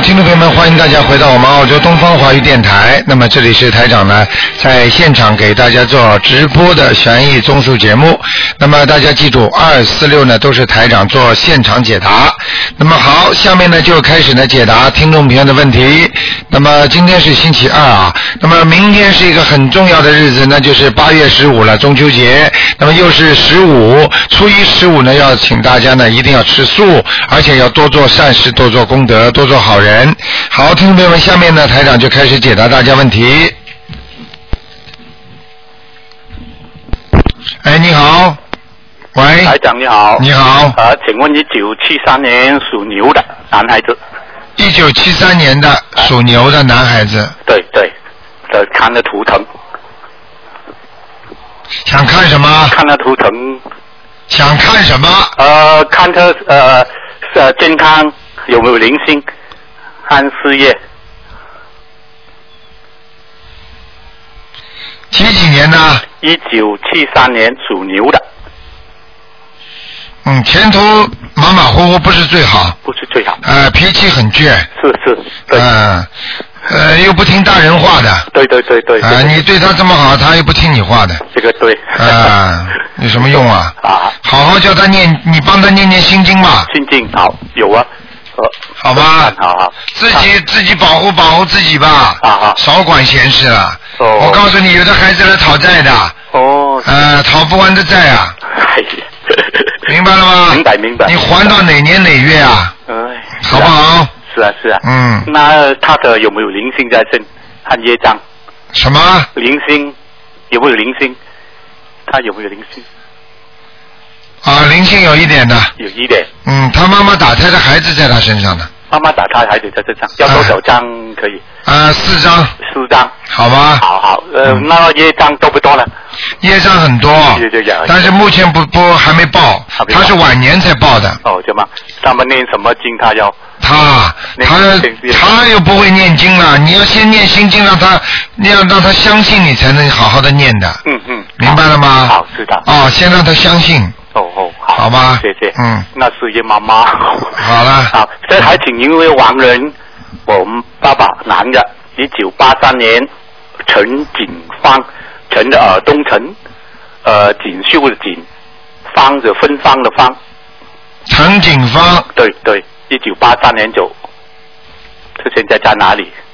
听众朋友们，欢迎大家回到我们澳洲东方华语电台。那么这里是台长呢，在现场给大家做直播的悬疑综述节目。那么大家记住，2、4、6呢都是台长做现场解答。那么好，下面呢就开始呢解答听众朋友的问题。那么今天是星期二啊，那么明天是一个很重要的日子，那就是8月15了，中秋节。那么又是15，初一15呢，要请大家呢一定要吃素，而且要多做善事，多做功德，多做好人。好，听众朋友们，下面呢台长就开始解答大家问题。哎，你好，喂， 台长你好。 你好。 请问1973年属牛的男孩子。 1973年的属牛的男孩子。 对，看了图腾。 想看什么？ 看了图腾。 想看什么？ 看他健康有没有灵性，看事业。 几年呢 ？1973年属牛的。 前途马马虎虎，不是最好。 不是最好。 脾气很倔。 是。对。 又不听大人话的。 对。 你对他这么好，他又不听你话的。 这个对。 有什么用啊？好好叫他念，你帮他念心经嘛。 心经好，有啊。 好吧。 好。 自己保护自己吧。少管闲事了。我告诉你，有的孩子来讨债的。讨不完的债啊。明白了吗？ 明白。 你还到哪年哪月啊？好不好？ 是啊。那他的有没有灵性在身？看业障。 什么？ 灵性有没有灵性？他有没有灵性？ 灵性有一点的。 有一点。 他妈妈打胎的孩子在他身上的。 妈妈打胎孩子在身上，要多少张可以 ？4张。 4张。好吧。好。那业障多不多呢？ 业障很多，但是目前还没报，他是晚年才报的。 这么，他们念什么经？他又不会念经了，你要先念心经，让他相信你才能好好的念的。明白了吗？ 好，知道。 先让他相信。好吧。 谢谢。那是叶妈妈。 好了。 好，这还请一位亡人，我们爸爸男的，1983年陈景芳。陈的东陈，锦绣的锦，方的芬芳的芳。 陈景芳。 对，1983年走。他现在在哪里？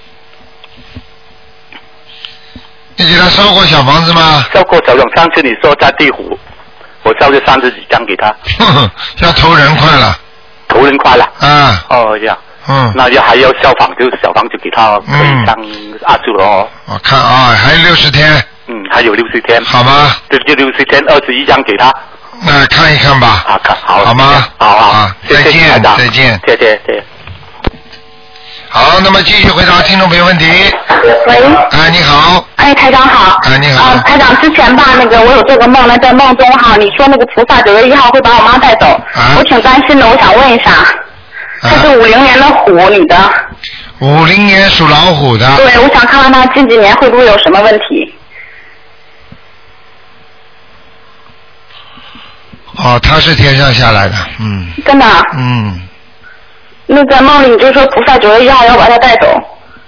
你给他烧过小房子吗？ 烧过小房，上次你说在地虎，我烧了30几张给他。 要投人快了。 投人快了。这样。那还要小房子给他可以上20了。 我看还有60天。 还有60天。 好吧。 就60天21张给他。 那看一看吧。好吗？ 好。 再见。 谢谢。 好，那么继续回答听众朋友问题。 喂。 你好。 台长好。 你好。 台长，之前吧，我有这个梦呢，在梦中你说那个菩萨9月1号会把我妈带走，我挺担心的，我想问一下，这是50年的虎，女的。 50年属老虎的。 对，我想看看她近几年会不会有什么问题。 她是天上下来的， 真的。那在梦里你就说菩萨9月1号要把她带走。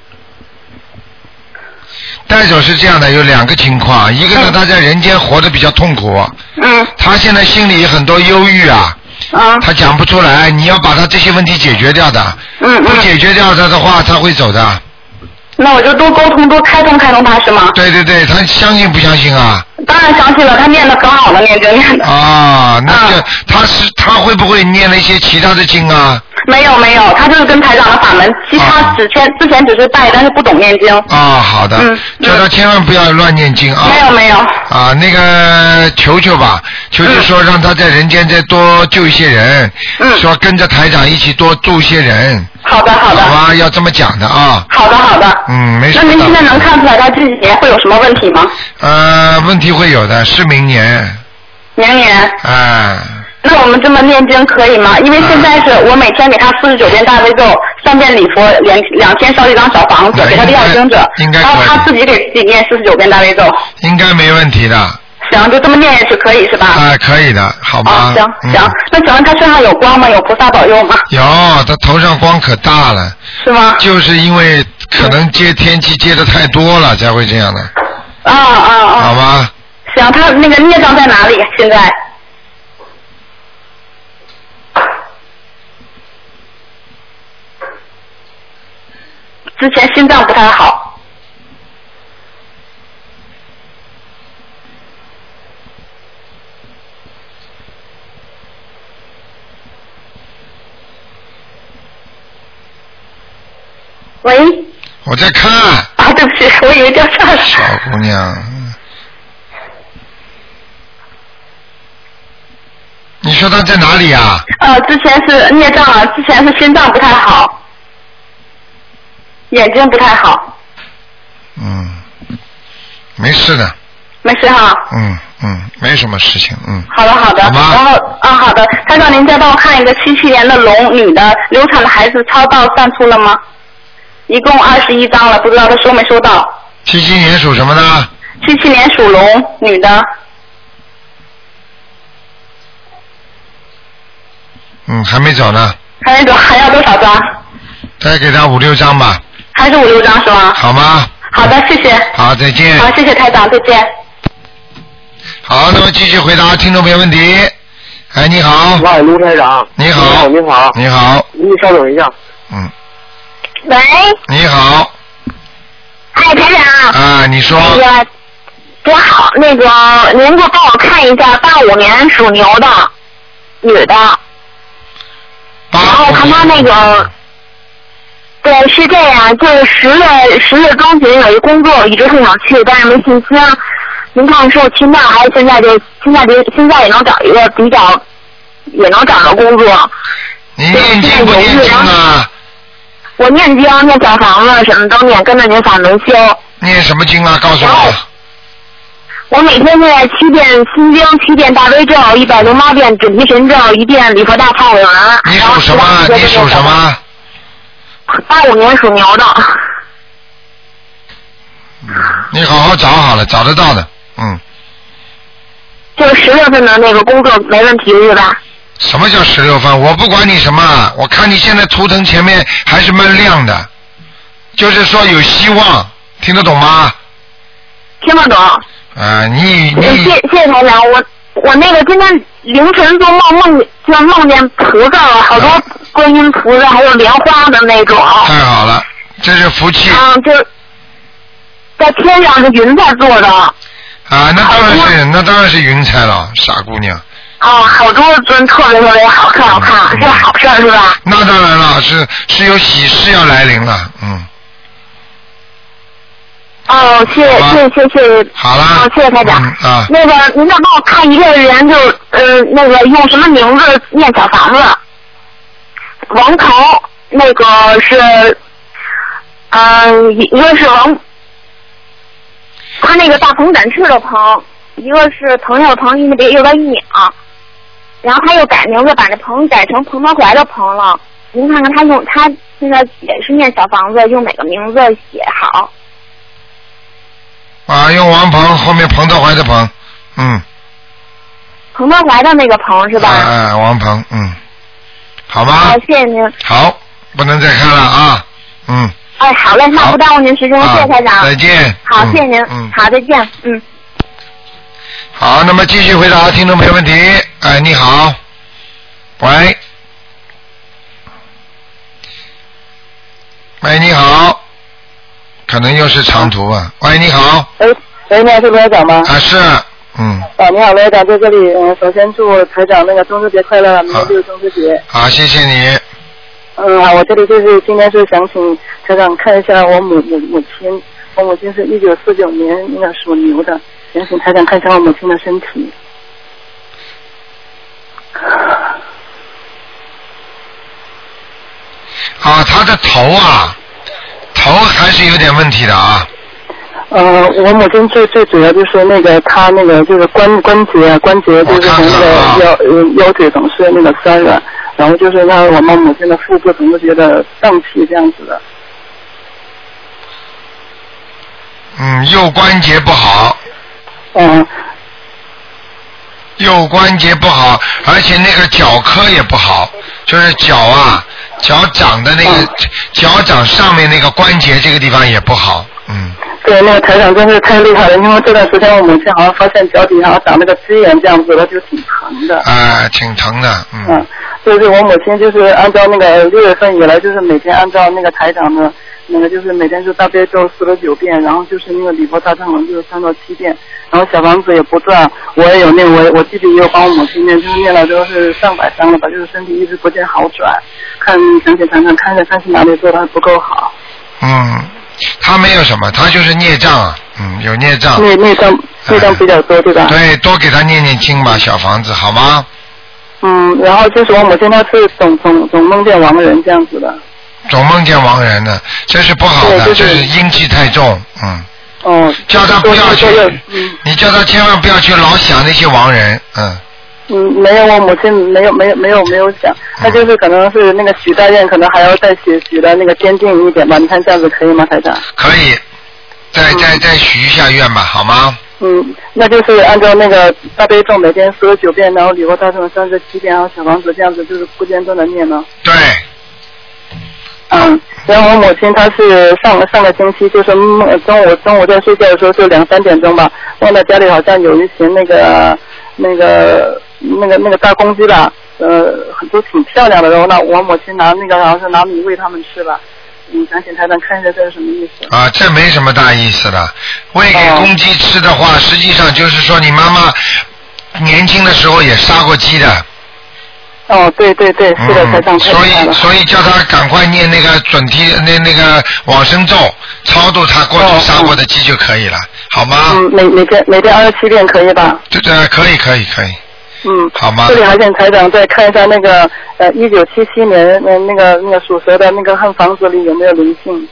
带走是这样的，有2个情况，一个呢，他在人间活得比较痛苦。他现在心里很多忧郁啊。他讲不出来，你要把他这些问题解决掉的。不解决掉他的话，他会走的。 那我就多沟通，多开通他是吗？ 对，他相信不相信啊？ 当然相信了，他念得很好的，念经念的。 那就他会不会念了一些其他的经啊？ 没有，他就是跟台长的法门，其他之前只是拜，但是不懂念经。 好的。叫他千万不要乱念经啊。 没有。 那个求吧，求说让他在人间再多救一些人。说跟着台长一起多助一些人。 好的。好吧，要这么讲的啊。 好的。 没什么。 那您现在能看出来他这几年会有什么问题吗？ 问题会有的，是明年。 明年。那我们这么念经可以吗？因为现在是我每天给他49遍大悲咒，3遍礼佛，2天烧一张小房子，给他的要经者，然后他自己给自己念49遍大悲咒。 应该没问题的。 行，就这么念下去可以是吧？ 可以的，好吗？ 行行，那请问他身上有光吗？有菩萨保佑吗？ 有，他头上光可大了。 是吗？ 就是因为可能天气接的太多了，才会这样的。好吧。 行，他那个孽障在哪里？现在？之前心脏不太好。喂。 我在看。 对不起，我以为掉下来。 小姑娘。你说他在哪里呀？ 之前是孽障啊，之前是心脏不太好，眼睛不太好。 没事的。 没事哈。 没什么事情。 好的。好的。然后好的，台长您再帮我看一个77年的龙女的流产的孩子超到散出了吗？一共21张了，不知道他收没收到。 77年属什么的 ？77年属龙，女的。 还没走呢。 还没走，还要多少张？ 再给他5、6张吧。 还是5、6张是吗？ 好吗？ 好的，谢谢。 好，再见。 好，谢谢台长，再见。 好，那么继续回答听众朋友问题。哎，你好。 喂，卢台长。 你好。 你好。 你好。 你稍等一下。 喂。 你好。 哎，台长。 你说。 您好，您就帮我看一下85年属牛的女的。然后他妈对，是这样，就是10月中旬有一工作，我一直很想去，但是没信心。您看是我去那还是现在也能找一个也能找着工作？ 你念经不念经啊？ 我念经，念小房子什么都念，跟着您法门修。 念什么经啊？告诉我。 我每天念7遍心经，7遍大悲咒，108遍准提神咒，1遍礼佛大忏悔文。 你属什么？你属什么 ？85年属牛的。 你好好找好了，找得到的。 就是10月份的那个工作没问题是吧？ 什么叫16分？我不管你什么，我看你现在图腾前面还是蛮亮的，就是说有希望，听得懂吗？ 听得懂。谢谢台长，我那个今天凌晨做梦见菩萨了，好多观音菩萨，还有莲花的那种。 太好了，这是福气。 就在天上是云彩做的。 那当然是云彩了，傻姑娘。 好多尊特别好看，是好事是吧？ 那当然了，是有喜事要来临了， 谢谢。 好了。 谢谢台长。那个您再帮我看一个人，那个用什么名字念小房子？王腾，那个是，一个是他那个大鹏展翅的鹏，一个是朋友鹏，因为得有个一秒，然后他又改名字，把那鹏改成彭德怀的鹏了。您看看他现在也是念小房子，用哪个名字写好？ 用王鹏后面彭德怀的鹏， 彭德怀的那个鹏是吧？ 王鹏，好吗？ 好，谢谢您。 好，不能再看了啊， 好嘞，那不耽误您时间，谢谢台长。 再见。 好，谢谢您。好，再见。 好，那么继续回答听众朋友问题。你好，喂，你好。可能又是长途啊！喂，你好。 你好，是罗台长吗？ 是。 你好，罗台长，在这里，首先祝台长那个中秋节快乐，明天就是中秋节。 好，谢谢你。 我这里就是今天是想请台长看一下我母亲，我母亲是1949年那个属牛的，想请台长看一下我母亲的身体。 她的头还是有点问题的啊。 我母亲最主要就是那个她那个就是关节就是从那个腰椎总是那个酸软，然后就是让我们母亲的腹部总是觉得胀气这样子的。 右关节不好。 右关节不好，而且那个脚科也不好，就是脚啊，脚掌的那个脚掌上面那个关节这个地方也不好， 对，那个台长真是太厉害了，因为这段时间我母亲好像发现脚底好像长那个鸡眼这样子的，就挺疼的。 挺疼的， 就是我母亲就是按照那个6月份以来，就是每天按照那个台长的那个，就是每天就大悲咒49遍，然后就是那个礼佛大忏文就是3到7遍，然后小房子也不断，我也有念，我弟弟也有帮我母亲念，就是念了都是上百张了吧，就是身体一直不见好转，想起谈谈看看是哪里做的还不够好。 他没有什么，他就是孽障啊，有孽障。 孽障比较多，对吧？ 对，多给他念念经吧，小房子好吗？ 然后就是我母亲她是总梦见亡人这样子的。 总梦见亡人呢，这是不好的，这是阴气太重，叫他不要去，你叫他千万不要去老想那些亡人， 没有，我母亲没有想，那就是可能是那个许大愿，可能还要再许的那个坚定一点吧。你看这样子可以吗，台长？ 可以，再许一下愿吧，好吗？ 那就是按照那个大悲咒每天49遍，然后礼佛大忏37遍，然后小房子这样子就是不间断的念呢。 对。 然后我母亲她是上个星期就是中午在睡觉的时候就2、3点钟吧，梦到家里好像有一群那个大公鸡吧，很多挺漂亮的，然后呢我母亲拿那个好像是拿米喂它们吃吧。想请台长看一下这是什么意思？ 这没什么大意思的。喂给公鸡吃的话，实际上就是说你妈妈年轻的时候也杀过鸡的。 对，是的，台长太厉害了。 所以叫他赶快念那个准提那个往生咒，超度他过去杀过的鸡就可以了，好吗？ 每天27遍可以吧？ 对，可以。好吗？ 这里还请台长再看一下那个1977年那个属蛇的那个汉房子里有没有灵性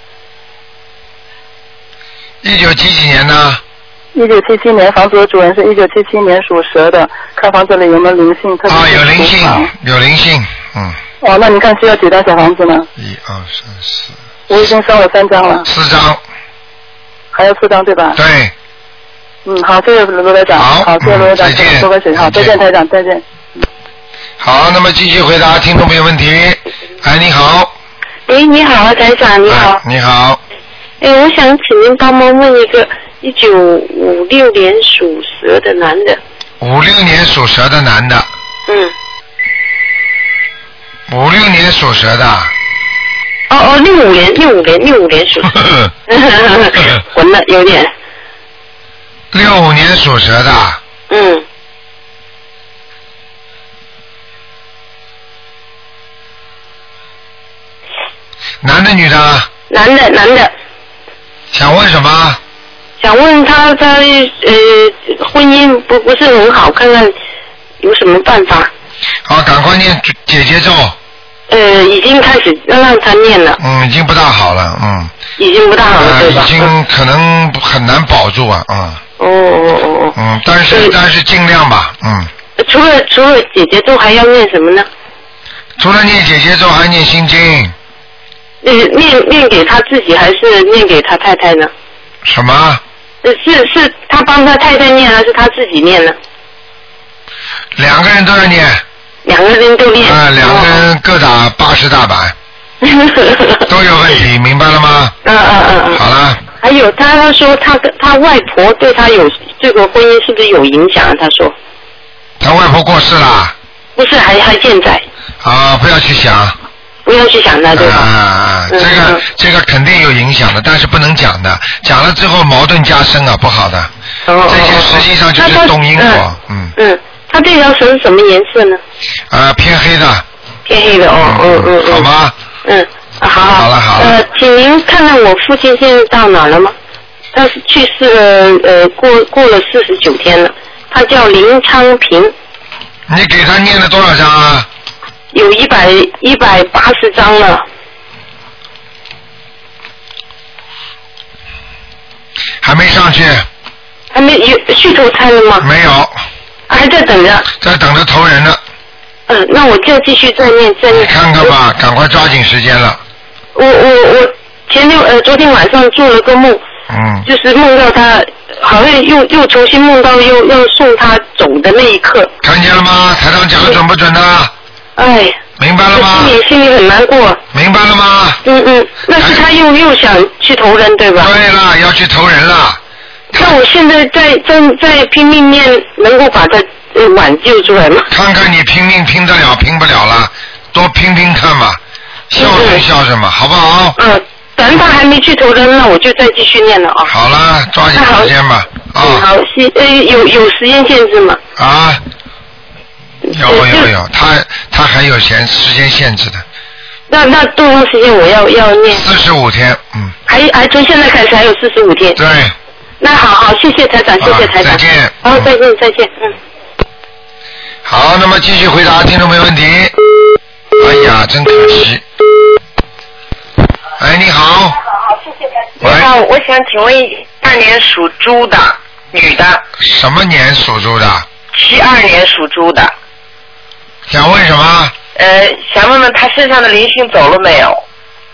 ？1977几年呢 ？1977年房子的主人是1977年属蛇的，看房子里有没有灵性？ 有灵性，有灵性， 那你看需要几张小房子呢？1、2、3、4。我已经烧了3张了。4 张。 还有4张对吧？ 对。 好，谢谢罗台长。好，谢谢罗台长。 再见。 多喝水。好，再见台长，再见。 好，那么继续回答听众朋友问题。你好。 你好，台长，你好。 你好。 我想请您帮忙问一个1956年属蛇的男的。 56年属蛇的男的。56年属蛇的。 65年属蛇。混了有点。 65年属蛇的。男的女的？ 男的。 想问什么？ 想问他婚姻不是很好，看看有什么办法。 好，赶快念姐姐咒。 已经开始让他念了。 已经不大好了， 已经不大好了，对吧？ 已经可能很难保住啊，但是尽量吧， 除了姐姐咒还要念什么呢？ 除了念姐姐咒还念心经。 念给他自己还是念给他太太呢？ 什么？ 是他帮他太太念还是他自己念呢 ？2个人都要念。 2个人都念。 2个人各打80大板。都有问题，明白了吗？好了。 还有他说他外婆对他有这个婚姻是不是有影响啊？他说。 他外婆过世了。 不是，还健在。 不要去想。 不要去想他，对吧？ 这个肯定有影响的，但是不能讲的，讲了之后矛盾加深啊，不好的。这些实际上就是动因果。 他这条绳什么颜色呢？ 偏黑的。 偏黑的好吗？好了。 请您看看我父亲现在到哪了吗？他是去世了，过了49天了。他叫林昌平。 你给他念了多少章啊？ 有180章了。 还没上去。 还没有去投胎了吗？ 没有。 还在等着。 在等着投人呢。 那我就继续再念。 你看看吧，赶快抓紧时间了。 我昨天晚上做了个梦， 就是梦到他好像又重新梦到要送他走的那一刻。 看见了吗？台长讲的准不准呢？ 哎。 明白了吗？ 心里很难过。 明白了吗？ 那是他又想去投人对吧？ 对了，要去投人了。 那我现在在拼命念，能够把他挽救出来吗？ 看看你拼命拼得了，拼不了了，多拼拼看嘛，孝顺孝顺嘛，好不好？ 反正他还没去投人，那我就再继续念了啊。 好了，抓紧时间吧。 好，有时间限制吗？ 有，他还有时间限制的。 那多长时间我要念 ？45天， 还从现在开始还有45天。 对。 那好，谢谢台长，谢谢台长。 再见。 好，再见。 好，那么继续回答听众没问题。哎呀，真可惜。哎，你好。 你好，我想请问12年属猪的女的。 什么年属猪的 ？72年属猪的。 想问什么？ 想问问她身上的灵性走了没有？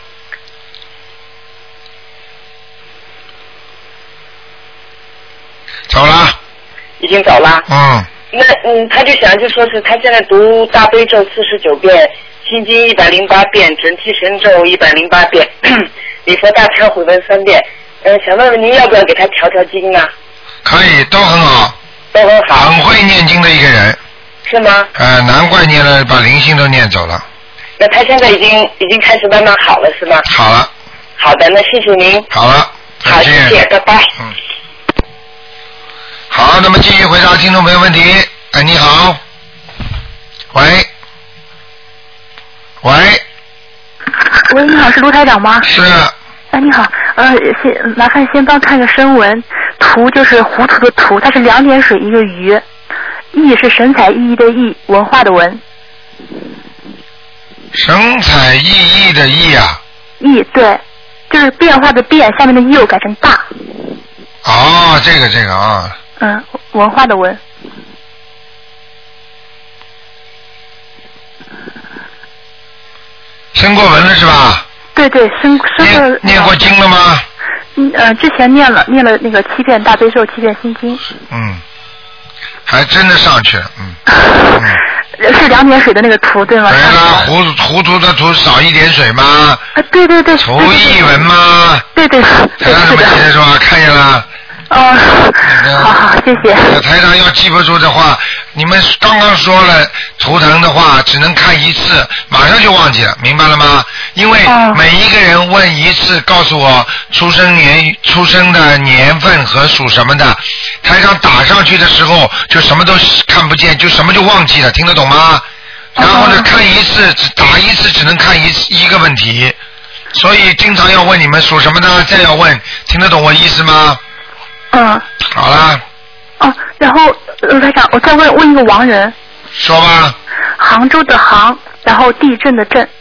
走了。 已经走了。他就想就说是他现在读大悲咒49遍，心经108遍，准提神咒108遍，礼佛大忏悔文3遍。想问问您要不要给他调经呢？ 可以，都很好。 都很好。 很会念经的一个人。 是吗？ 难怪念了，把灵性都念走了。 那他现在已经开始慢慢好了，是吗？ 好了。 好的，那谢谢您。 好了， 好，谢谢，拜拜。 好，那么继续回答听众朋友问题。哎，你好。喂。 喂，你好，是卢台长吗？ 是。 哎，你好，麻烦先帮看个声纹，图就是糊涂的图，它是2点水一个鱼。意是神采奕奕的奕，文化的文。 神采奕奕的奕啊。 奕，对，就是变化的变，下面的又改成大。 这个啊。 文化的文。 生过文了是吧？ 对，生过。 念过经了吗？ 之前念了那个7遍大悲咒，7遍心经。 还真的上去了， 是2点水的那个图对吗？ 对了，糊涂的图少1点水吗？ 对。 图一文吗？ 对。 台长怎么记得住啊？看见了。 好，谢谢。 台长要记不住的话，你们刚刚说了图腾的话，只能看一次，马上就忘记了，明白了吗？因为每一个人问一次，告诉我出生的年份和属什么的，台长打上去的时候就什么都看不见，就什么就忘记了，听得懂吗？然后呢，看一次打一次只能看一个问题，所以经常要问你们属什么的，再要问，听得懂我意思吗？好啦。 然后台长，我再问一个亡人。 说吧。 杭州的杭，然后地震的震。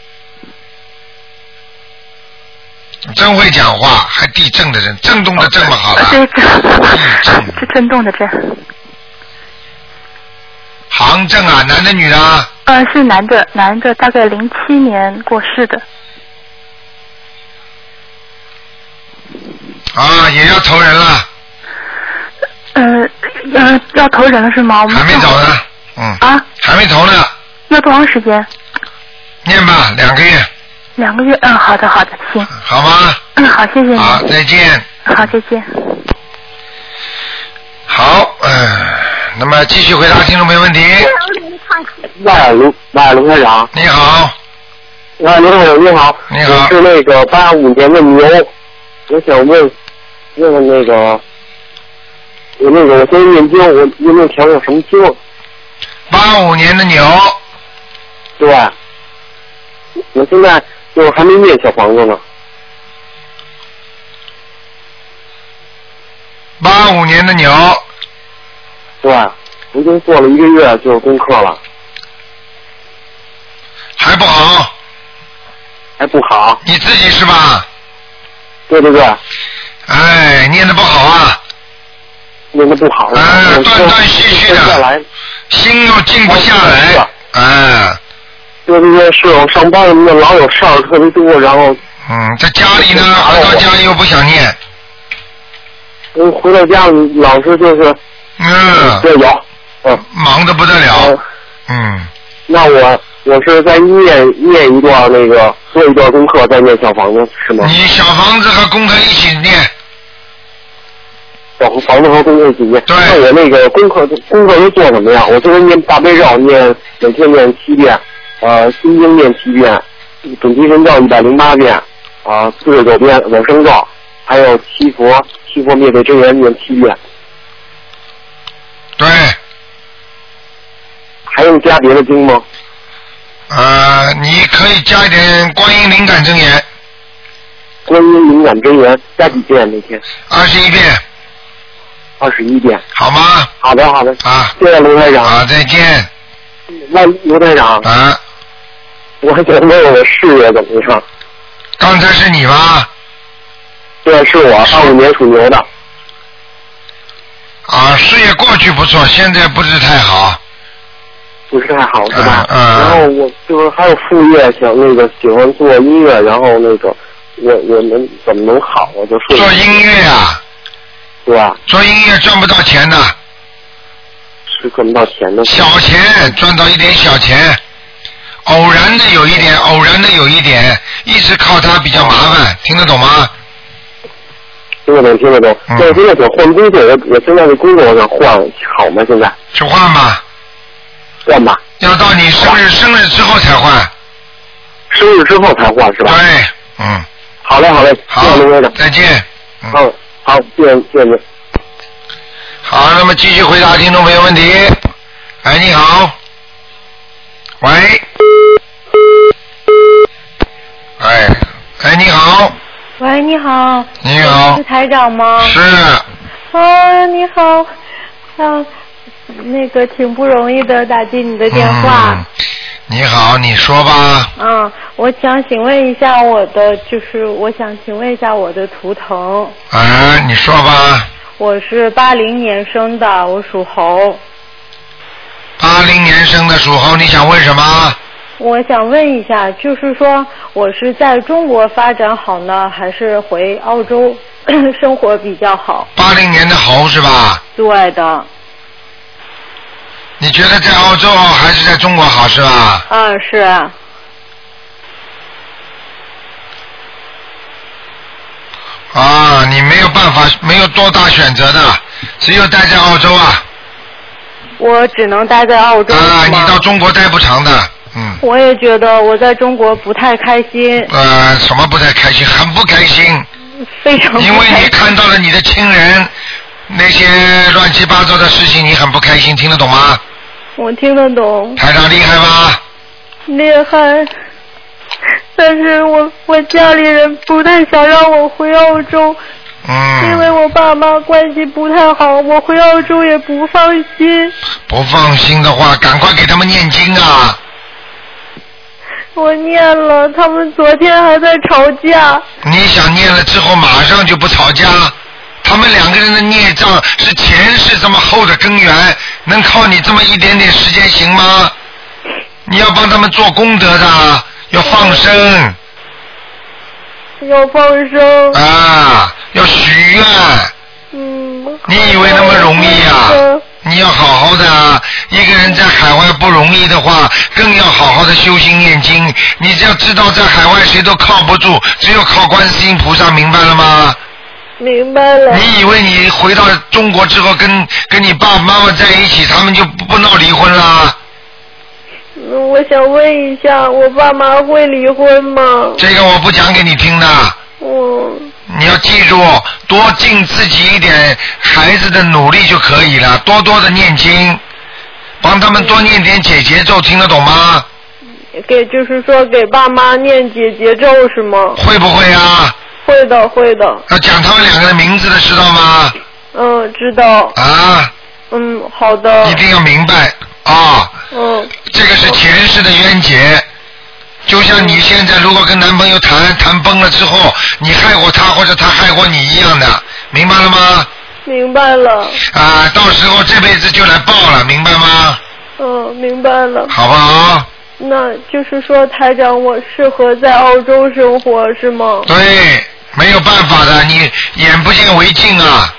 真会讲话，还地震的震，震动的震嘛，好了。 对，是震动的震。 杭震啊，男的女的啊？ 是男的，大概07年过世的。 也要投人了。 要投人了是吗？ 还没投呢。还没投呢。 要多长时间？ 念吧，2个月。 2个月，好的，行。 好吗？ 好，谢谢你。 好，再见。 好，再见。 好，那么继续回答听众没问题。 卢台长。 你好。 卢台长你好。 你好。 我是那个85年的牛，我想问那个。我现在念经，我有没有调过什么经 ？85年的牛。 对。我现在就还没念小房子呢。 85年的牛。 对，我已经做了1个月就是功课了。 还不好。 还不好。 你自己是吧？ 对。 念得不好啊。 念得不好。 断断续续的。心又静不下来。 对，是我上班什么的老有事儿特别多，然后。 在家里呢，回到家里又不想念。 回到家老是就是对有忙得不得了。 那我是在念一段那个做一段功课，再念小房子是吗？ 你小房子和功课一起念。 小房子和功课一起念。 对。 那我那个功课都做什么呀？我就是念大悲咒，每天念7遍，心经念7遍，准提神咒108遍，49遍往生咒，还有七佛灭罪真言念7遍。 对。 还用加别的经吗？ 你可以加一点观音灵感真言。 观音灵感真言加几遍每天 ？21遍。 21遍。 好吗？ 好的。谢谢卢台长。 再见。 那卢台长。我想问我的事业怎么样？ 刚才是你吗？ 对，是我，25年属牛的。 事业过去不错，现在不是太好。 不是太好是吧？然后我就是还有副业，想喜欢做音乐，然后我们怎么能好啊？就做音乐啊？ 对吧？ 做音乐赚不到钱的。 是赚不到钱的。 小钱赚到一点小钱，偶然的有一点，一直靠它比较麻烦，听得懂吗？ 听得懂。我现在想换工作，我现在的工作我想换，好吗？现在？ 去换吧。 换吧。要到你生日之后才换。 生日之后才换是吧？ 对， 好嘞， 好，再见。 好，谢谢。 好，那么继续回答听众朋友问题。你好。喂。你好。 喂，你好。 你好。 是台长吗？ 是。 你好。那个挺不容易的，打进你的电话。 你好，你说吧。 我想请问一下我的图腾。 你说吧。 我是80年生的，我属猴。 80年生的属猴，你想问什么？ 我想问一下，就是说我是在中国发展好呢，还是回澳洲生活比较好 ？80年的猴是吧？ 对的。 你觉得在澳洲好还是在中国好是吧？ 是。 你没有办法，没有多大选择的，只有待在澳洲啊。 我只能待在澳洲。 你到中国待不长的。 我也觉得我在中国不太开心。 什么不太开心？很不开心。 非常不开心。 因为你看到了你的亲人那些乱七八糟的事情，你很不开心，听得懂吗？ 我听得懂。 台长厉害吧？ 厉害。但是我家里人不太想让我回澳洲。因为我爸妈关系不太好，我回澳洲也不放心。 不放心的话，赶快给他们念经啊！ 我念了，他们昨天还在吵架。 你想念了之后马上就不吵架？他们2个人的孽障是前世这么厚的根源，能靠你这么一点点时间行吗？你要帮他们做功德的，要放生。 要放生。 要许愿。你以为那么容易啊？你要好好的一个人在海外不容易的话，更要好好的修心念经。你只要知道在海外谁都靠不住，只有靠观世音菩萨，明白了吗？ 明白了。 你以为你回到中国之后跟你爸爸妈妈在一起，他们就不闹离婚啦？ 我想问一下，我爸妈会离婚吗？ 这个我不讲给你听的。你要记住，多尽自己一点孩子的努力就可以了，多多的念经，帮他们多念点解结咒，听得懂吗？ 就是说给爸妈念解结咒是吗？ 会不会啊？ 会的。 要讲他们2个的名字的，知道吗？ 知道。好的。 一定要明白这个是前世的冤结。就像你现在如果跟男朋友谈崩了之后，你害过他或者他害过你一样的，明白了吗？ 明白了。 到时候这辈子就来报了，明白吗？ 明白了。 好不好？ 那就是说，台长，我适合在澳洲生活是吗？ 对，没有办法的，你眼不见为净啊。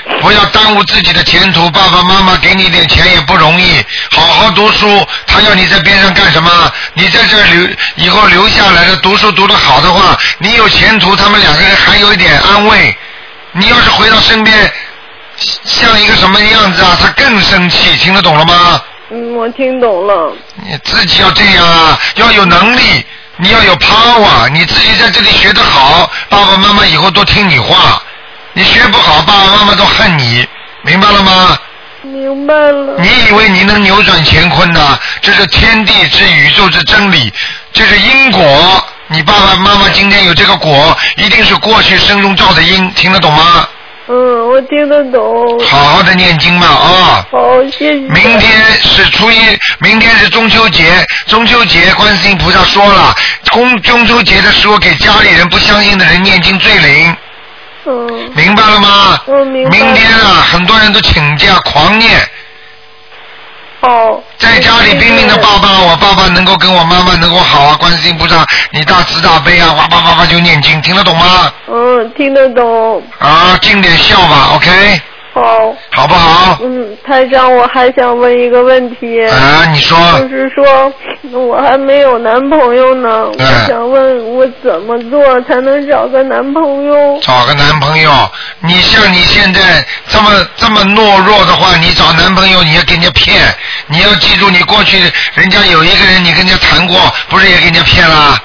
不要耽误自己的前途。爸爸妈妈给你点钱也不容易，好好读书。他要你在边上干什么？你在这以后留下来的，读书读得好的话，你有前途，他们两个人还有一点安慰。你要是回到身边，像一个什么样子啊？他更生气，听得懂了吗？ 我听懂了。 你自己要这样啊，要有能力，你要有 power， 你自己在这里学得好，爸爸妈妈以后都听你话。你学不好，爸爸妈妈都恨你，明白了吗？ 明白了。 你以为你能扭转乾坤呢？这是天地之宇宙之真理，这是因果。你爸爸妈妈今天有这个果，一定是过去生中造的因，听得懂吗？ 我听得懂。 好好的念经嘛啊！ 好，谢谢。 明天是初一，明天是中秋节。中秋节，观世音菩萨说了，中秋节的时候给家里人不相信的人念经最灵。明白了吗？ 明白。 明天啊，很多人都请假狂念。 好。 在家里拼命的爸爸，我爸爸能够跟我妈妈能够好啊，观世音菩萨，你大慈大悲啊，哇叭叭叭就念经，听得懂吗？ 听得懂。 啊，尽点孝吧 ，OK。 好。 好不好？ 台长，我还想问一个问题。 你说。 就是说，我还没有男朋友呢，我想问我怎么做才能找个男朋友？ 找个男朋友，你像你现在这么懦弱的话，你找男朋友你要给人家骗，你要记住，你过去人家有一个人你跟人家谈过，不是也给人家骗了？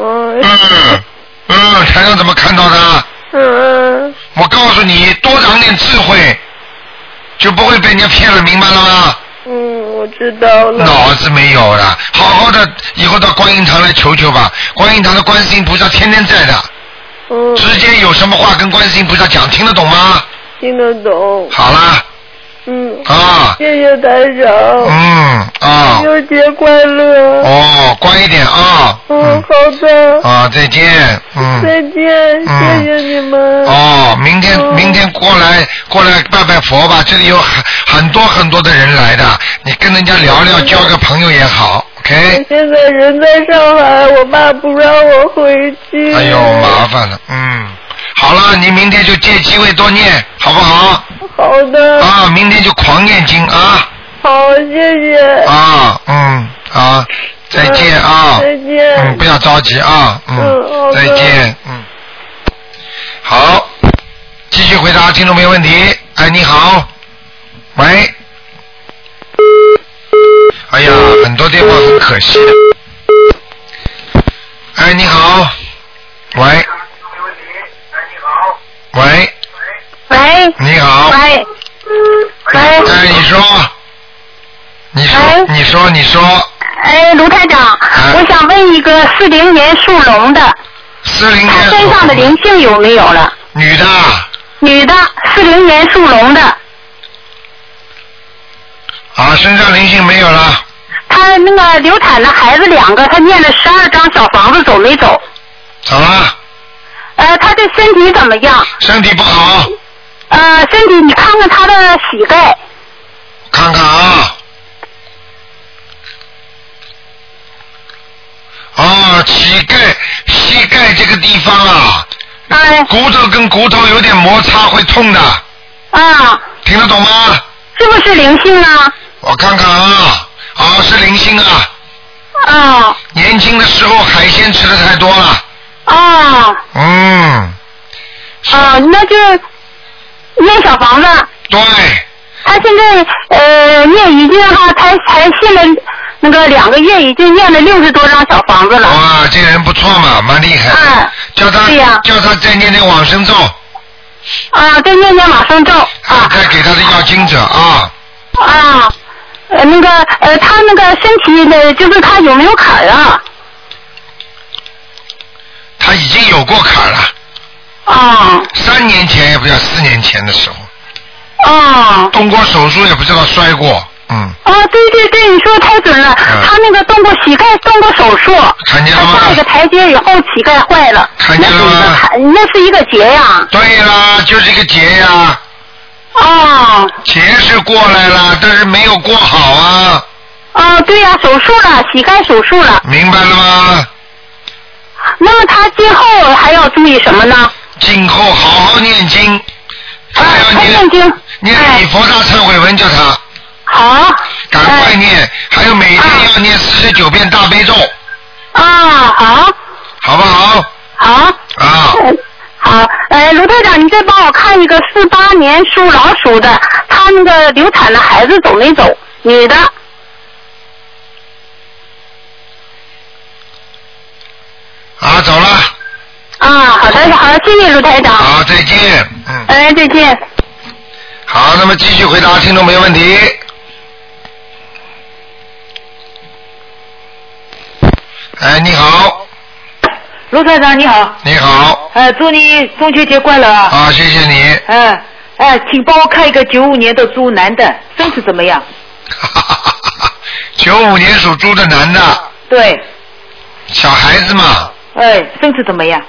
台上怎么看到的？我告诉你，多长点智慧，就不会被人家骗了，明白了吗？ 我知道了。 脑子没有了，好好的，以后到观音堂来求求吧。观音堂的观世音菩萨天天在的。直接有什么话跟观世音菩萨讲，听得懂吗？ 听得懂。 好啦。 谢谢台长。中秋节快乐。 乖一点啊。 好的。 再见。 再见，谢谢你们。 明天过来拜拜佛吧，这里有很多的人来的，你跟人家聊聊，交个朋友也好。OK。 我现在人在上海，我爸不让我回去。 哎呦，麻烦了。好了，你明天就借机会多念，好不好？ 好的。 明天就狂念经啊。 好，谢谢。 好，再见啊。 再见。 不要着急啊。再见。好，继续回答听众朋友问题。你好。喂。哎呀，很多电话很可惜的。你好。喂。喂。 喂。 你好。 喂。 你说。 卢台长，我想问一个40年属龙的 ，40年他身上的灵性有没有了？ 女的，40年属龙的。身上灵性没有了。 他那个流产的孩子2个，他念了12张小房子，走没走？ 走了。 他的身体怎么样？ 身体不好。 身体你看看他的膝盖。 看看啊。膝盖这个地方啊，骨头跟骨头有点摩擦会痛的。听得懂吗？ 是不是灵性啊？ 我看看啊，是灵性啊。年轻的时候海鲜吃的太多了。 那就念小房子。 对。 他现在念已经才信了那个2个月，已经念了60多张小房子了。 哇，这个人不错嘛，蛮厉害。叫他再念念往生咒。 再念念往生咒。 再给他的要经者啊。 他那个身体的，就是他有没有坎啊？ 他已经有过坎了。3年前也不叫4年前的时候。动过手术也不知道摔过。 对，你说的太准了。他那个动过膝盖，动过手术。 看见了吗？ 他下一个台阶以后膝盖坏了。 看见了吗？ 那是一个结呀。 对啦，就是一个结呀。结是过来了，但是没有过好啊。 对呀，手术了，膝盖手术了。 明白了吗？ 那么他今后还要注意什么呢？ 今后好好念经， 还要念礼佛大忏悔文，叫他。 好。 赶快念，还有每天要念49遍大悲咒。 好。 好不好？ 好。好，卢队长，你再帮我看一个48年属老鼠的，他那个流产的孩子走没走？女的。 走了。 好的，谢谢卢台长。 好，再见。 再见。 好，那么继续回答听众没问题。你好。 卢台长你好。 你好。 祝你中秋节快乐啊！ 谢谢你。 请帮我看一个95年的猪男的身体怎么样 ？95年属猪的男的。 对。 小孩子嘛。 身体怎么样？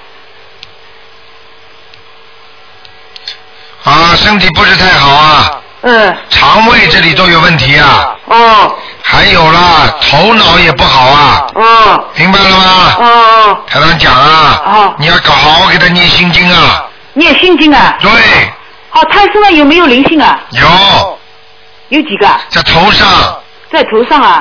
身体不是太好啊。肠胃这里都有问题啊。还有啦，头脑也不好啊。明白了吗？台长讲你要好好给他念心经啊。 念心经啊？ 对。 他身上有没有灵性啊？ 有。 有几个？ 在头上。 在头上啊？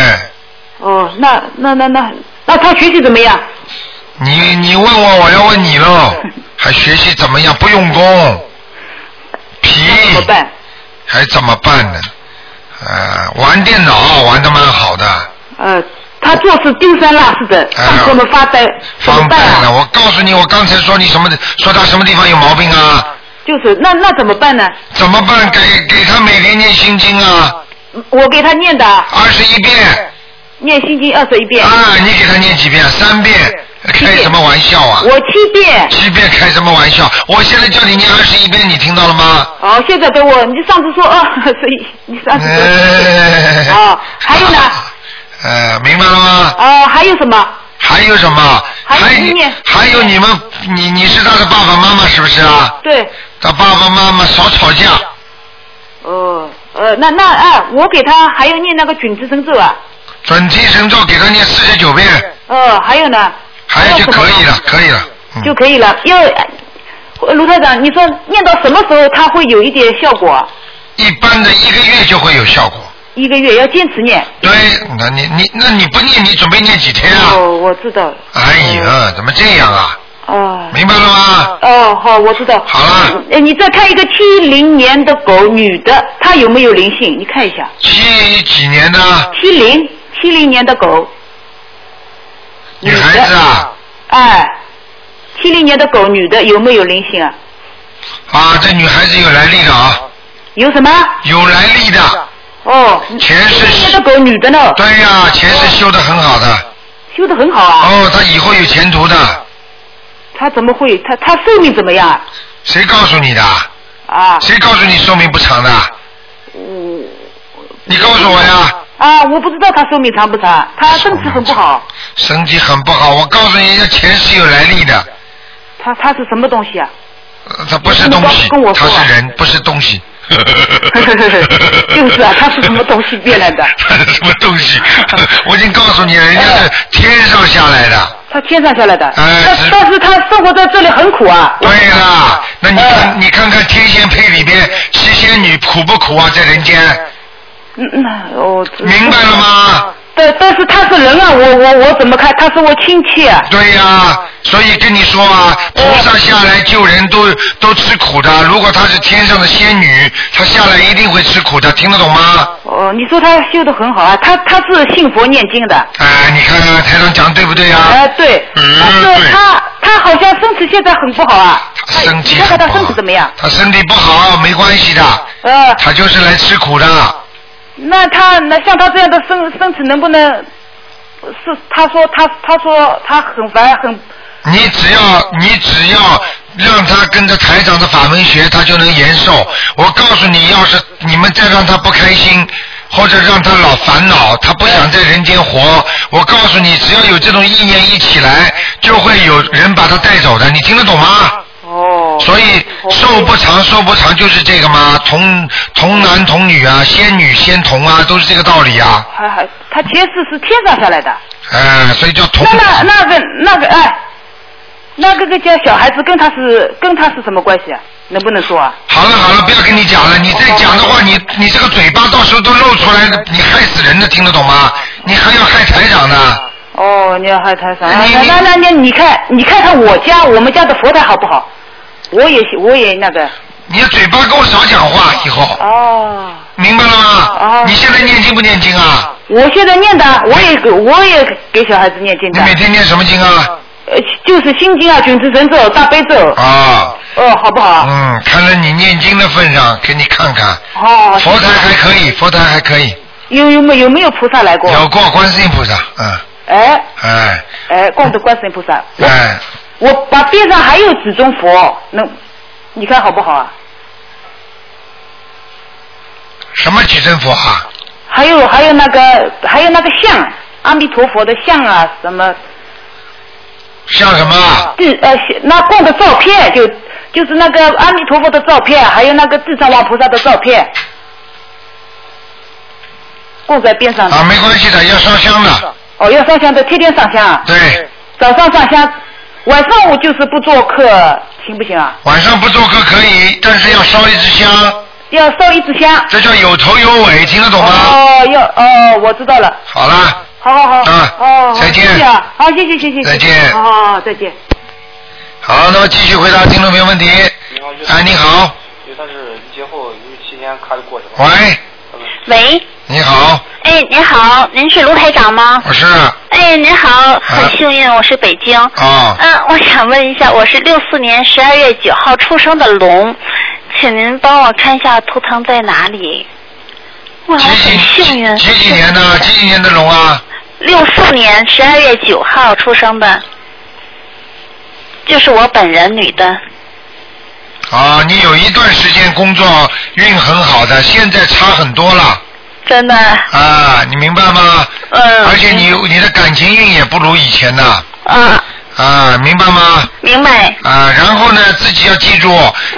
那他学习怎么样？ 你问我要问你喽。还学习怎么样？不用功。皮。 怎么办？ 还怎么办呢？玩电脑玩得蛮好的。 他做事丢三落四的，怎么发呆？ 方便了，我告诉你，我刚才说你说他什么地方有毛病啊？ 就是那怎么办呢？ 怎么办？给他每天念心经啊。 我给他念的。 21遍。 念心经21遍。 你给他念几遍？3遍。开什么玩笑啊！ 我7遍。 7遍开什么玩笑？我现在叫你念21遍，你听到了吗？ 现在给我，你上次说所以你上次说。还有呢？ 明白了吗？ 还有什么？ 还有什么？还有你们，你是他的爸爸妈妈是不是啊？ 对。 他爸爸妈妈少吵架。 我给他还要念那个准提神咒啊。 准提神咒给他念49遍。 还有呢？ 还有就可以了。 就可以了。卢台长，你说念到什么时候他会有一点效果？ 一般的1个月就会有效果。 1个月要坚持念。 对，那你不念，你准备念几天啊？ 我知道。 哎呀，怎么这样啊？明白了吗？ 好，我知道。 好了。 你再看一个70年的狗，女的，她有没有灵性？你看一下。 几年的 ？70年的狗。 女孩子啊 ？70年的狗，女的，有没有灵性啊？ 这女孩子有来历的啊。 有什么？ 有来历的。前世。 70年的狗，女的呢？ 对呀，前世修得很好的。 修得很好啊。 她以后有前途的。 她怎么会？她寿命怎么样？ 谁告诉你的？谁告诉你寿命不长的？你告诉我呀。 我不知道他寿命长不长，他身体很不好。 身体很不好，我告诉你，人家前世有来历的。 他是什么东西啊？ 他不是东西，他是人，不是东西。 就是啊，他是什么东西变来的？ 他是什么东西？我已经告诉你了，人家是天上下来的。 他天上下来的。但是他生活在这里很苦啊。 对啦，那你看看《天仙配》里边七仙女苦不苦啊，在人间？明白了吗？ 对，但是他是人啊，我怎么看？他是我亲戚啊。 对呀，所以跟你说啊，菩萨下来救人都吃苦的。如果他是天上的仙女，他下来一定会吃苦的，听得懂吗？ 你说他修得很好啊，他是信佛念经的。 你看看台上讲对不对啊？ 对。但是他好像身体现在很不好啊。 身体很不好。你看看他身体怎么样？ 他身体不好没关系的。他就是来吃苦的。 那像他这样的身体能不能是？他说他很烦很。 你只要让他跟着台长的法门学，他就能延寿。我告诉你，要是你们再让他不开心，或者让他老烦恼，他不想在人间活，我告诉你，只要有这种意念一起来，就会有人把他带走的。你听得懂吗？所以寿不长就是这个嘛，童男童女啊，仙女仙童啊，都是这个道理啊。 他前世是天上下来的。 所以叫童。 那个叫小孩子跟他是什么关系啊？ 能不能说啊？ 好了好了，不要跟你讲了，你再讲的话，你这个嘴巴到时候都露出来，你害死人的，听得懂吗？你还要害台长呢。 哦，你要害台长。那你看我们家的佛台好不好？我也那个。 你要嘴巴跟我少讲话以后。 哦。 明白了吗？ 哦。 你现在念经不念经啊？ 我现在念的，我也给小孩子念经的。 你每天念什么经啊？ 就是心经啊，准提神咒、大悲咒。 啊。 好不好？ 看在你念经的份上，给你看看。 哦。 佛台还可以，佛台还可以。 有没有菩萨来过？ 有过观世音菩萨， 供的观世音菩萨。我把边上还有几尊佛，你看好不好啊？ 什么几尊佛啊？ 还有那个像阿弥陀佛的像啊，什么？ 像什么？ 那供的照片就是那个阿弥陀佛的照片，还有那个地藏王菩萨的照片，供在边上的。 没关系的，要烧香的。 要烧香的，天天上香啊。 对。 早上上香，晚上我就是不做客，行不行啊？ 晚上不做客可以，但是要烧一支香。 要烧一支香。这叫有头有尾，听得懂吗？ 我知道了。 好了。 好。 再见。 谢谢啊，好，谢谢。 再见。 好，再见。 好，那么继续回答听众朋友问题。你好。 他是节后7天开的过程。 喂。 你好。 您好，您是卢台长吗？ 我是。 您好，很幸运，我是北京。我想问一下，我是64年12月9号出生的龙，请您帮我看一下图腾在哪里。我很幸运。 几几年的？几几年的龙啊 ？64年12月9号出生的，就是我本人，女的。 你有一段时间工作运很好的，现在差很多了。 真的。 你明白吗？而且你的感情运也不如以前的。明白吗？ 明白。 然后呢，自己要记住，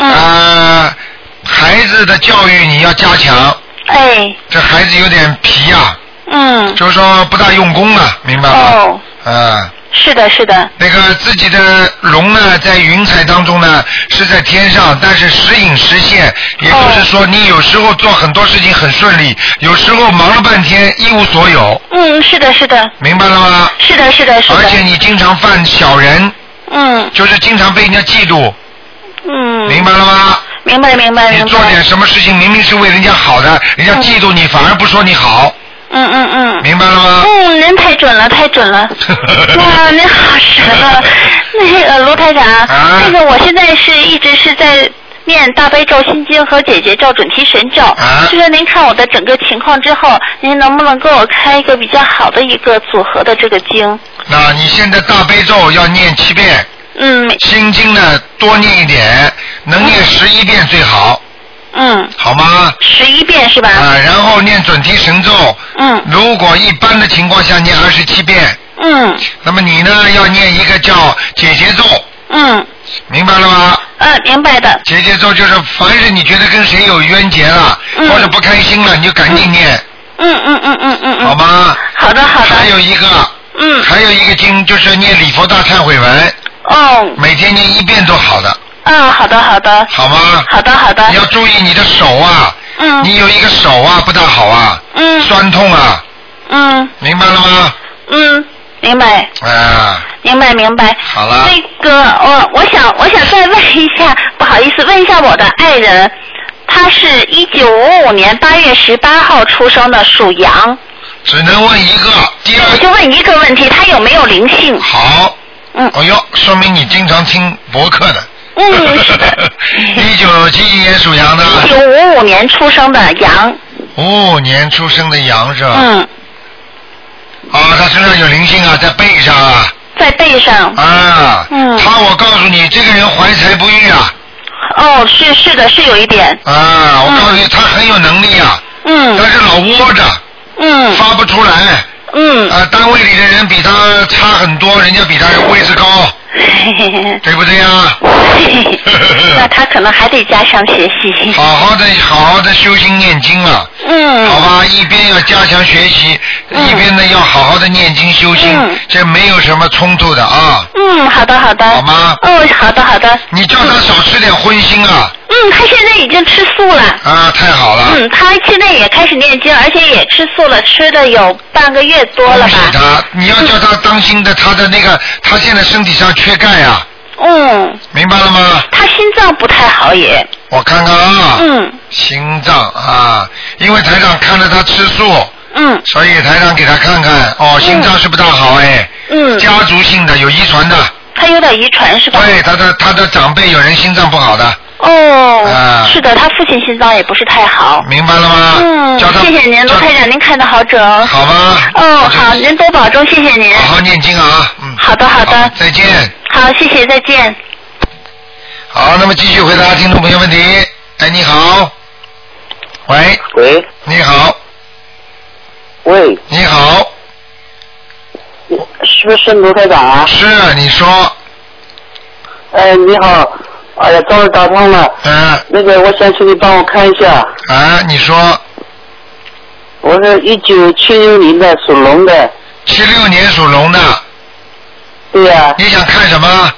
孩子的教育你要加强。这孩子有点皮呀。就是说不大用功了，明白吗？ 是的，是的。 那个自己的龙呢，在云彩当中呢，是在天上，但是时隐时现，也就是说，你有时候做很多事情很顺利，有时候忙了半天一无所有。 是的，是的。 明白了吗？ 是的，是的，是的。 而且你经常犯小人。就是经常被人家嫉妒。明白了吗？ 明白。 你做点什么事情，明明是为人家好的，人家嫉妒你，反而不说你好。明白了吗？ 您太准了，太准了。哇，您好神了。那个卢台长，那个我现在一直是在念大悲咒、心经和姐姐咒、准提神咒。就是您看我的整个情况之后，您能不能给我开一个比较好的一个组合的这个经？ 那你现在大悲咒要念7遍。心经呢多念一点，能念11遍最好。好吗 ？11遍是吧？ 然后念准提神咒。如果一般的情况下念27遍。那么你呢要念一个叫解结咒。明白了吗？ 明白的。 解结咒就是凡是你觉得跟谁有冤结了，或者不开心了，你就赶紧念。好吗？ 好的。 还有一个经就是念礼佛大忏悔文。每天念1遍都好的。 好的。 好吗？ 好的。 你要注意你的手啊。你有一个手啊不大好啊。酸痛啊。明白了吗？ 明白。明白。 好了。 那个，我想再问一下，不好意思，问一下我的爱人，他是1955年8月18号出生的，属羊。 只能问一个。 我就问一个问题，他有没有灵性？ 好。说明你经常听博客的。 是的。 1971年属羊的。 1955年出生的羊。 55年出生的羊是吧？他身上有灵性啊，在背上啊。 在背上。 我告诉你，这个人怀才不遇啊。 是的，是有一点。 我告诉你，他很有能力啊。但是老窝着。发不出来。单位里的人比他差很多，人家比他位置高。对不对呀？ 那他可能还得加上学习。 好好的修心念经啊。 好吧，一边要加强学习，一边呢要好好的念经修心，这没有什么冲突的啊。 好的好的。 好吗？ 好的好的。 你叫他少吃点荤腥啊。 他现在已经吃素了。 啊，太好了。 他现在也开始念经，而且也吃素了，吃了有半个月多了吧。 恭喜他，你要叫他当心的，他的那个，他现在身体上缺钙啊。明白了吗？ 他心脏不太好也。 我看看啊。心脏啊，因为台长看了他吃素。所以台长给他看看，心脏是不大好哎。家族性的，有遗传的。 他有点遗传是吧？ 对，他的长辈有人心脏不好的。 是的，他父亲心脏也不是太好。 明白了吗？ 谢谢您，卢台长，您看得好准。 好吗？ 好，您多保重，谢谢您。 好好念经啊。 好的，好的。 再见。 好，谢谢，再见。 好，那么继续回答听众朋友问题。哎，你好。喂。 喂。 你好。 喂。 你好。 是不是卢台长啊？ 是，你说。 你好。哎呀，终于打通了。那个，我想请你帮我看一下。 你说。 我是1976年的，属龙的。 76年属龙的。 对呀。 你想看什么？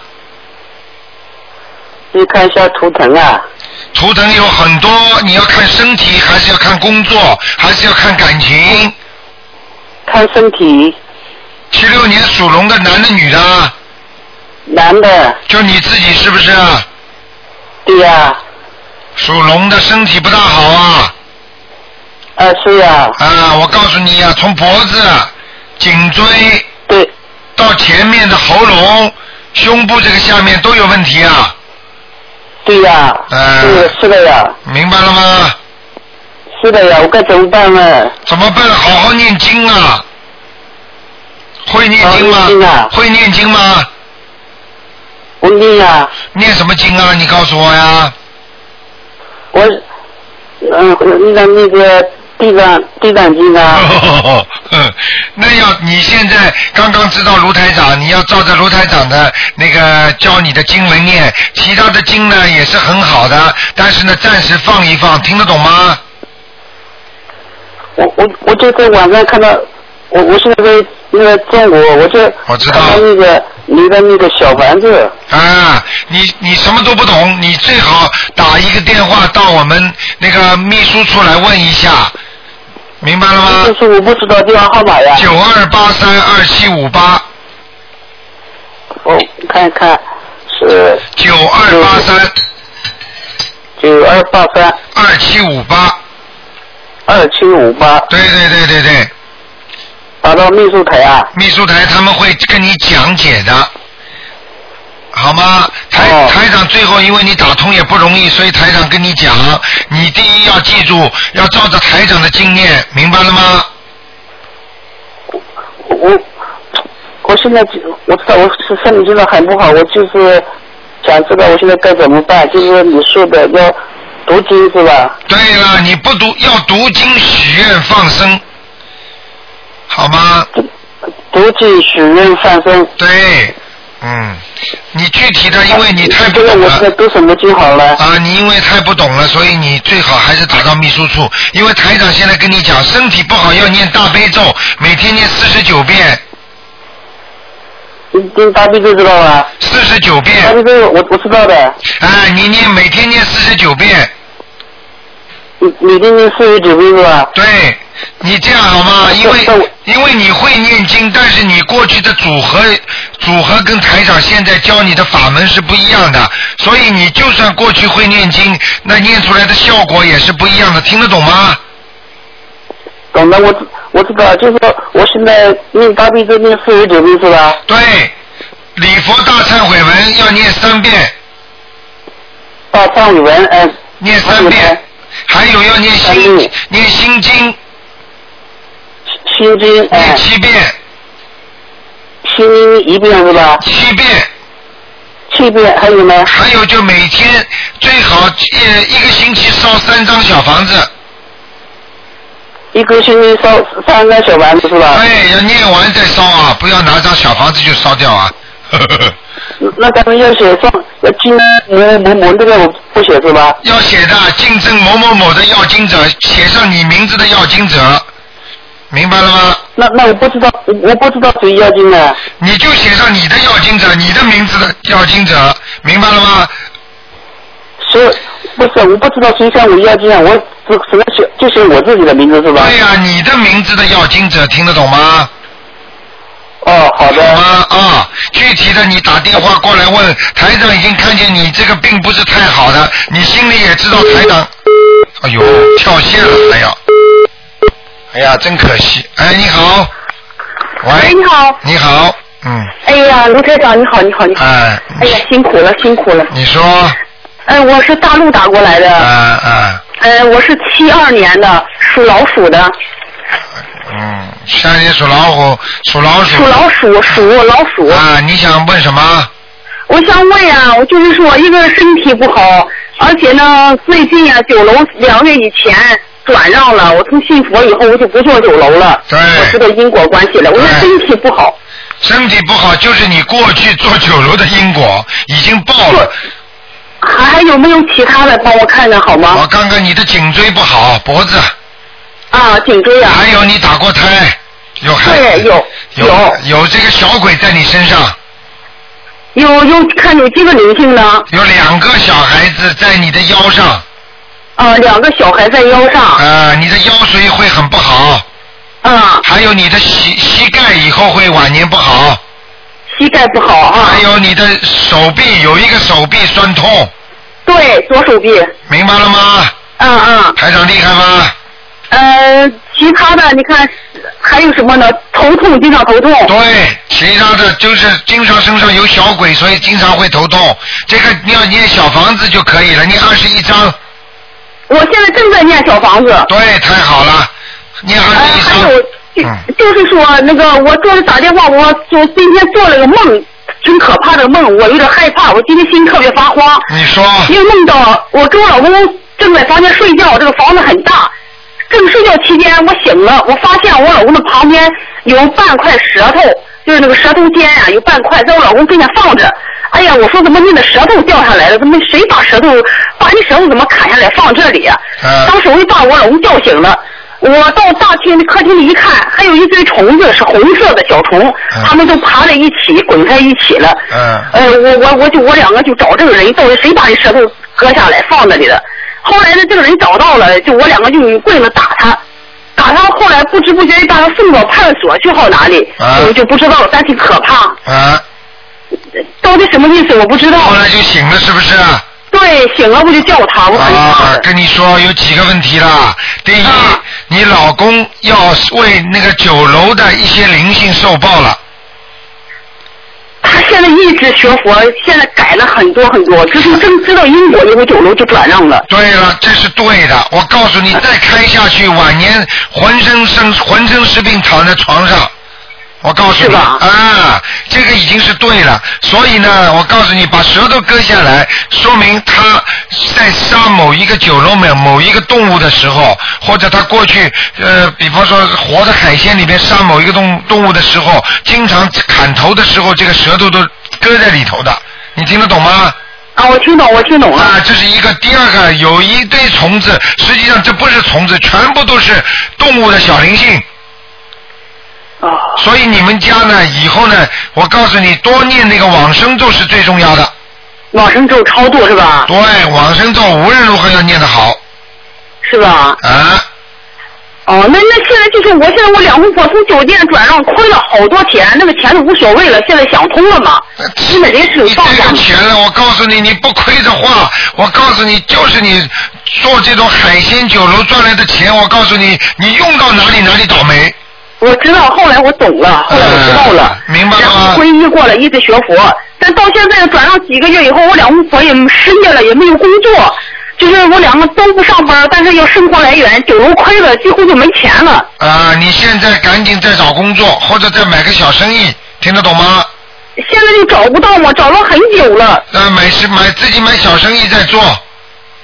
你看一下图腾啊。 图腾有很多，你要看身体，还是要看工作，还是要看感情？ 看身体。 76年属龙的，男的女的？ 男的。 就你自己是不是？ 对呀。 属龙的身体不大好啊。 是呀。 我告诉你啊，从脖子、颈椎对到前面的喉咙、胸部这个下面都有问题啊。 对呀。是的呀。 明白了吗？ 是的呀，我该怎么办呢？ 怎么办？好好念经啊。会念经吗？会念经吗？ 我念呀。 念什么经啊？你告诉我呀。 我那个地藏经啊。 那你现在刚刚知道卢台长，你要照着卢台长的那个教你的经文念，其他的经呢也是很好的，但是呢暂时放一放，听得懂吗？ 我就在网上看到，我现在在那个中国，我知道那个你的那个小房子。 你什么都不懂，你最好打一个电话到我们那个秘书处来问一下，明白了吗？ 就是我不知道电话号码呀。 92832758。 看一看是。 9283。2758。 2758。 对。 打到秘书台啊。 秘书台他们会跟你讲解的，好吗？台长最后因为你打通也不容易，所以台长跟你讲，你第一要记住，要照着台长的经验，明白了吗？ 我现在我知道我身体真的很不好，我就是想知道我现在该怎么办，就是你说的要读经是吧？ 对了，你不读要读经许愿放生，好吗？ 读经许愿放生。 对，你具体的，因为你太不懂了。 我读什么经好了？ 你因为太不懂了，所以你最好还是打到秘书处。因为台长现在跟你讲，身体不好要念大悲咒，每天念49遍。 念大悲咒知道吧 ？49遍。 大悲咒我知道的。 你每天念49遍。 每天念49遍是吧？ 对。你这样好吗？因为你会念经，但是你过去的组合跟台长现在教你的法门是不一样的，所以你就算过去会念经，那念出来的效果也是不一样的，听得懂吗？ 懂的，我知道，就是说我现在念大悲咒念49遍是吧？ 对，礼佛大忏悔文要念3遍。 大忏悔文念3遍，还有要念心经。 心经念7遍， 心经1遍是吧 ？7遍。 7遍，还有呢？ 还有就每天最好一个星期烧3张小房子。 一个星期烧3张小房子是吧？ 对，要念完再烧啊，不要拿张小房子就烧掉啊。 那咱们要写要经某某这个我不写是吧？ 要写的，竞争某某某的要经者，写上你名字的要经者，明白了吗？ 那我不知道，我不知道谁要经呢。 你就写上你的要经者，你的名字的要经者，明白了吗？ 不是，我不知道谁向我要经啊，我只能写就写我自己的名字是吧？ 对呀，你的名字的要经者，听得懂吗？ 哦，好的。 好吗？啊，具体的你打电话过来问台长，已经看见你这个病不是太好的，你心里也知道台长。哎呦，跳线了，哎呀，真可惜。哎，你好。喂， 你好。 你好， 哎呀，卢台长，你好。 哎呀，辛苦了。 你说。 我是大陆打过来的。我是72年的，属老鼠的。 下年属老虎。 属老鼠。 啊，你想问什么？ 我想问呀，我就是说一个身体不好，而且呢，最近呀，9楼2个月以前转让了，我从信佛以后我就不做9楼了。 对。 我知道因果关系了，我的身体不好。 身体不好就是你过去做9楼的因果已经报了。 还有没有其他的帮我看看好吗？ 我看看你的颈椎不好，脖子。 啊，颈椎啊。 还有你打过胎，有孩子。 对， 有这个小鬼在你身上。 有看有几个灵性呢？ 有2个小孩子在你的腰上。 2个小孩在腰上。 你的腰髓会很不好。还有你的膝盖以后会晚年不好。 膝盖不好啊。 还有你的手臂，有一个手臂酸痛。 对，左手臂。 明白了吗？台长厉害吗？ 其他的你看还有什么呢？头痛，经常头痛。 对，其他的就是经常身上有小鬼，所以经常会头痛。这个你要念小房子就可以了，念21章。 我现在正在念小房子。 对，太好了，念21章。 还有就是说那个我昨天打电话，我就今天做了个梦，挺可怕的梦，我有点害怕，我今天心特别发慌。 你说。 因为梦到我跟我老公正在房间睡觉，这个房子很大。正睡觉期间，我醒了，我发现我老公的旁边有半块舌头，就是那个舌头尖啊，有半块在我老公跟前放着。哎呀，我说怎么你的舌头掉下来了？怎么谁把你舌头怎么砍下来放这里啊？当时我就把我老公叫醒了。我到大厅客厅里一看，还有一堆虫子，是红色的小虫，他们都爬在一起，滚在一起了。我2个就找这个人，到底谁把你舌头割下来放那里的？后来呢，这个人找到了，就我2个就用棍子打他，后来不知不觉把他送到派出所去好哪里，我就不知道，但是可怕。到底什么意思我不知道。 后来就醒了是不是？ 对，醒了我就叫他，我很怕。 跟你说有几个问题啦。第一，你老公要为那个9楼的一些灵性受报了。 他现在一直学佛，现在改了很多，就是正知道因果以后9楼就转让了。 对了，这是对的。我告诉你，再开下去，晚年浑身是病躺在床上。我告诉你这个已经是对了。所以呢，我告诉你，把舌头割下来，说明他在杀某一个9楼某一个动物的时候，或者他过去比方说活的海鲜里边杀某一个动物的时候，经常砍头的时候，这个舌头都割在里头的。你听得懂吗？ 我听懂了。 这是一个。第二个，有一堆虫子，实际上这不是虫子，全部都是动物的小灵性。所以你们家呢，以后呢，我告诉你，多念那个往生咒是最重要的。 往生咒超度是吧？ 对，往生咒无论如何要念得好。 是吧？那现在就是我2公婆从酒店转让亏了好多钱，那个钱都无所谓了，现在想通了嘛？基本也是有放下。 你这个钱了，我告诉你，你不亏的话，我告诉你，就是你做这种海鲜9楼赚来的钱，我告诉你，你用到哪里倒霉。 我知道，后来我懂了，后来我知道了， 明白吗？ 然后皈依过了，一直学佛，但到现在转让几个月以后，我2公婆也失业了，也没有工作，就是我2个都不上班，但是要生活来源，9楼亏了，几乎就没钱了。 你现在赶紧再找工作，或者再买个小生意，听得懂吗？ 现在就找不到嘛，找了很久了。 自己买小生意再做。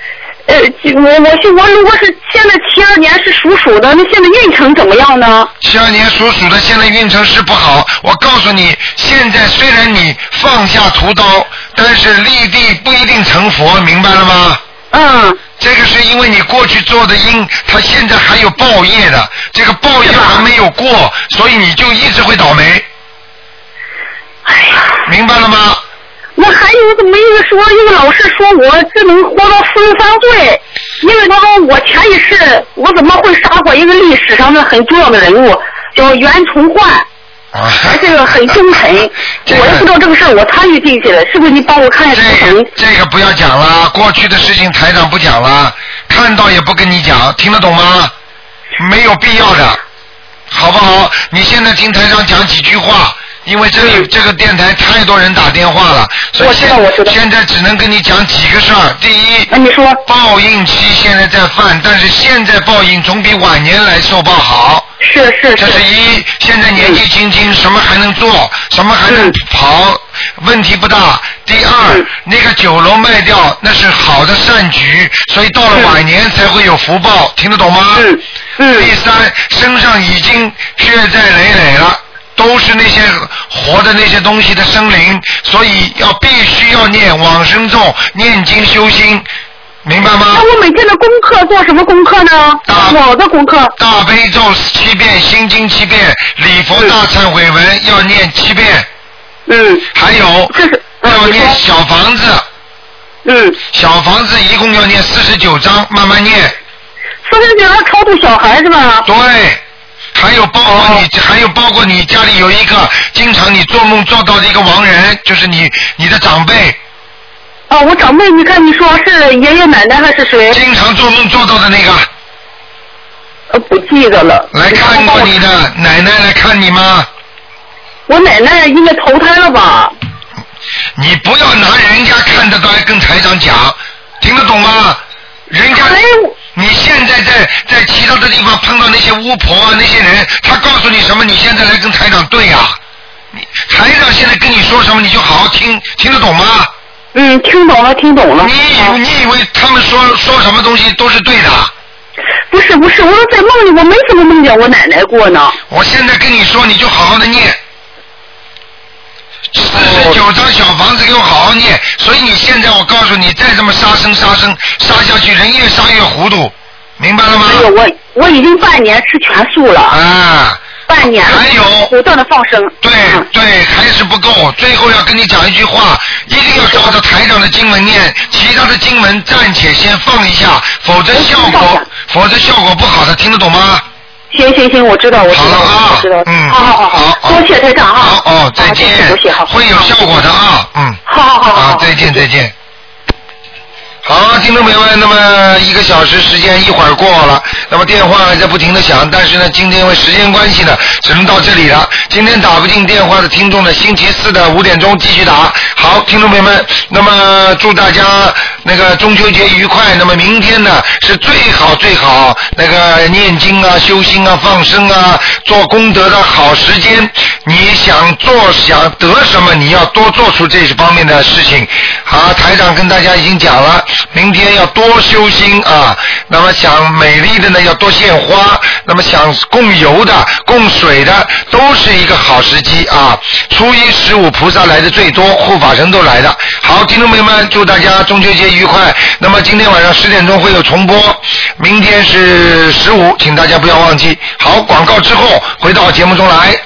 我如果是现在72年是属鼠的，那现在运程怎么样呢 ？72年属鼠的现在运程是不好。我告诉你，现在虽然你放下屠刀，但是立地不一定成佛，明白了吗？这个是因为你过去做的因，它现在还有报业的，这个报业还没有过，所以你就一直会倒霉。 哎呀， 明白了吗？ 那还有这么一个老师说我只能活到43岁，因为他说我前一世我怎么会杀过一个历史上的很重要的人物，叫袁崇焕。这个很忠诚，我也不知道这个事儿，我参与进去了，是不是你帮我看一下？ 这个不要讲了，过去的事情台长不讲了，看到也不跟你讲，听得懂吗？没有必要的，好不好？你现在听台长讲几句话，因为这个电台太多人打电话了，所以现在只能跟你讲几个事儿。第一， 你说报应期现在在犯，但是现在报应总比晚年来受报好。 是， 这是一。现在年纪轻轻，什么还能做，什么还能跑，问题不大。第二，那个酒楼卖掉，那是好的善举，所以到了晚年才会有福报，听得懂吗？第三，身上已经血债累累了。都是那些活的那些东西的生灵，所以必须要念往生咒，念经修心，明白吗？ 那我每天的功课做什么功课呢？我的功课。 大悲咒7遍，心经7遍，礼佛大忏悔文要念7遍。还有要念小房子。小房子一共要念49章，慢慢念。 49章超度小孩是吧？ 对。还有包括你家里有一个经常你做梦做到的一个亡人，就是你的长辈。 我长辈，你看你说是爷爷奶奶还是谁？ 经常做梦做到的那个。 不记得了。 来看过你的奶奶来看你吗？ 我奶奶应该投胎了吧？ 你不要拿人家看的来跟台长讲，听得懂吗？人家。你现在在其他的地方碰到那些巫婆啊，那些人，他告诉你什么，你现在来跟台长对啊。台长现在跟你说什么，你就好好听，听得懂吗？ 听懂了。 你以为他们说什么东西都是对的？ 不是，我都在梦里，我没怎么梦见我奶奶过呢。 我现在跟你说，你就好好的念。49张小房子给我好好念，所以你现在我告诉你，再这么杀杀下去，人越杀越糊涂，明白了吗？ 没有，我已经半年吃全素了。半年还有不断的放生。 对，还是不够。最后要跟你讲一句话，一定要照着台长的经文念，其他的经文暂且先放一下，否则效果不好的，听得懂吗？ 行，我知道。好了啊，好，多谢台长啊。 好，再见。会有效果的啊，好，再见。好，听众朋友们，那么1个小时时间一会儿过了，那么电话还在不停的响，但是呢，今天因为时间关系呢，只能到这里了。今天打不进电话的听众呢，星期4的5点钟继续打。好，听众朋友们，那么祝大家那个中秋节愉快。那么明天呢，是最好那个念经啊、修心啊、放生啊、做功德的好时间。你想得什么，你要多做出这方面的事情。好，台长跟大家已经讲了。明天要多修心啊，那么想美丽的呢要多献花，那么想供油的供水的都是一个好时机啊。初1、15菩萨来的最多，护法神都来的。好，听众朋友们，祝大家中秋节愉快。那么今天晚上10点钟会有重播，明天是15，请大家不要忘记。好，广告之后回到节目中来。